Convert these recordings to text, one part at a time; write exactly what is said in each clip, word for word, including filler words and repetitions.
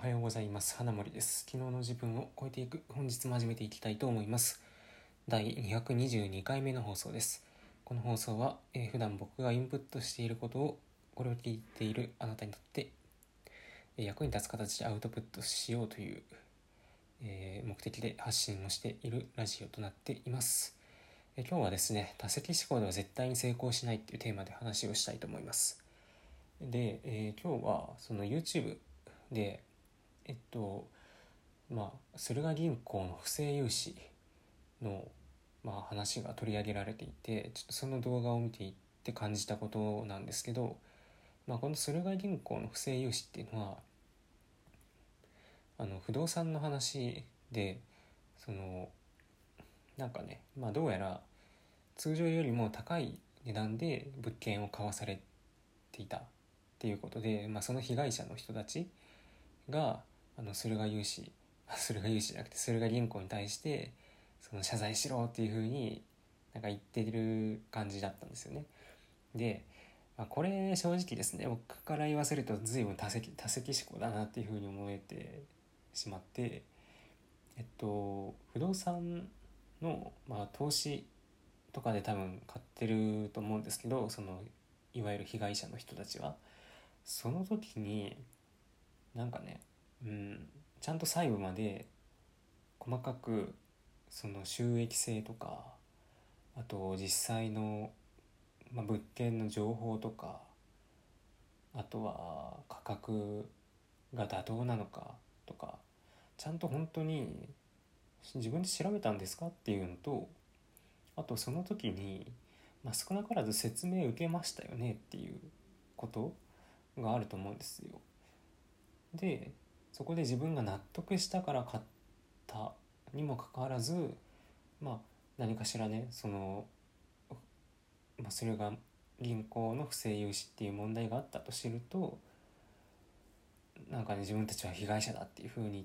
おはようございます。花森です。昨日の自分を超えていく、本日も始めていきたいと思います。だいにひゃくにじゅうにかいめの放送です。この放送は、えー、普段僕がインプットしていることを、これを聞いているあなたにとって、えー、役に立つ形でアウトプットしようという、えー、目的で発信をしているラジオとなっています。えー、今日はですね、多席思考では絶対に成功しないっていうテーマで話をしたいと思います。で、えー、今日はその YouTube で、えっと、まあ、駿河銀行の不正融資の、まあ、話が取り上げられていて、ちょっとその動画を見ていって感じたことなんですけど、まあ、この駿河銀行の不正融資っていうのは、あの不動産の話で、そのなんかね、まあ、どうやら通常よりも高い値段で物件を買わされていたっていうことで、まあ、その被害者の人たちがあの駿河融資駿河融資じゃなくて駿河銀行に対してその謝罪しろっていう風になんか言ってる感じだったんですよね。で、まあ、これ正直ですね、僕から言わせると随分多席多席思考だなっていう風に思えてしまって、えっと不動産の、まあ、投資とかで多分買ってると思うんですけど、そのいわゆる被害者の人たちはその時になんかね、うん、ちゃんと細部まで細かくその収益性とか、あと実際の、まあ、物件の情報とか、あとは価格が妥当なのかとか、ちゃんと本当に自分で調べたんですかっていうのと、あとその時に、まあ、少なからず説明受けましたよねっていうことがあると思うんですよ。でそこで自分が納得したから買ったにもかかわらず、まあ何かしらね、その、まあ、それが銀行の不正融資っていう問題があったと知ると、なんかね、自分たちは被害者だっていう風に言って、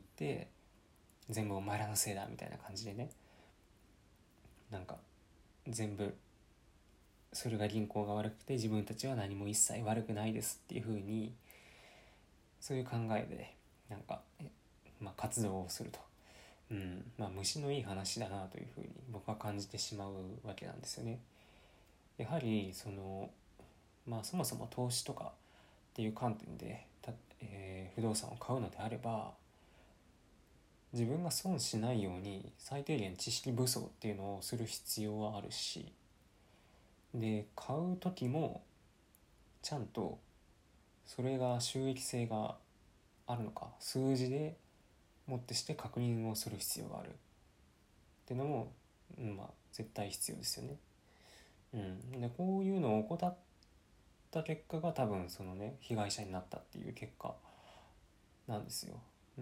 全部お前らのせいだみたいな感じでね、なんか全部それが銀行が悪くて自分たちは何も一切悪くないですっていう風に、そういう考えでなんか、まあ、活動をすると、うんまあ、虫のいい話だなというふうに僕は感じてしまうわけなんですよね。やはりその、まあ、そもそも投資とかっていう観点でた、えー不動産を買うのであれば、自分が損しないように最低限知識武装っていうのをする必要はあるし、で買う時もちゃんとそれが収益性があるのか数字でもってして確認をする必要があるっていうのも、うん、まあ絶対必要ですよね。うん、でこういうのを怠った結果が多分そのね被害者になったっていう結果なんですよ。うん、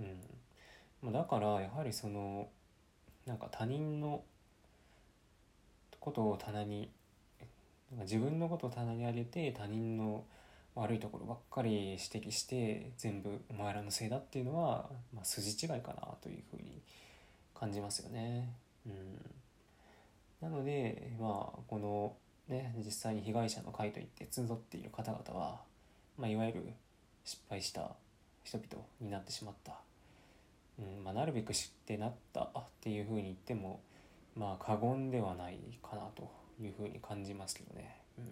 だからやはりそのなんか他人のことを棚に、なんか自分のことを棚に上げて他人の悪いところばっかり指摘して全部お前らのせいだっていうのは、まあ、筋違いかなというふうに感じますよね。うん、なのでまあこのね実際に被害者の会といって集っている方々は、まあ、いわゆる失敗した人々になってしまった、うんまあ、なるべく知ってなったっていうふうに言ってもまあ過言ではないかなというふうに感じますけどね。うん、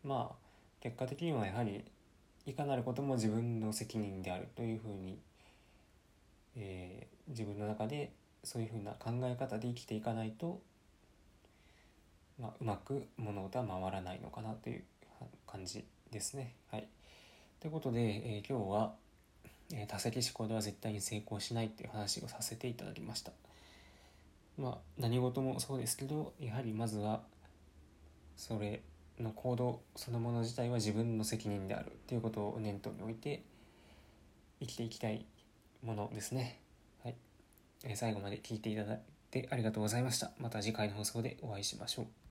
まあ結果的にはやはりいかなることも自分の責任であるというふうに、えー自分の中でそういうふうな考え方で生きていかないと、まあ、うまく物事は回らないのかなという感じですね。はい。ということで、えー今日は、えー多席思考では絶対に成功しないっていう話をさせていただきました。まあ何事もそうですけど、やはりまずはそれの行動そのもの自体は自分の責任であるということを念頭に置いて生きていきたいものですね。はい。えー最後まで聞いていただいてありがとうございました。また次回の放送でお会いしましょう。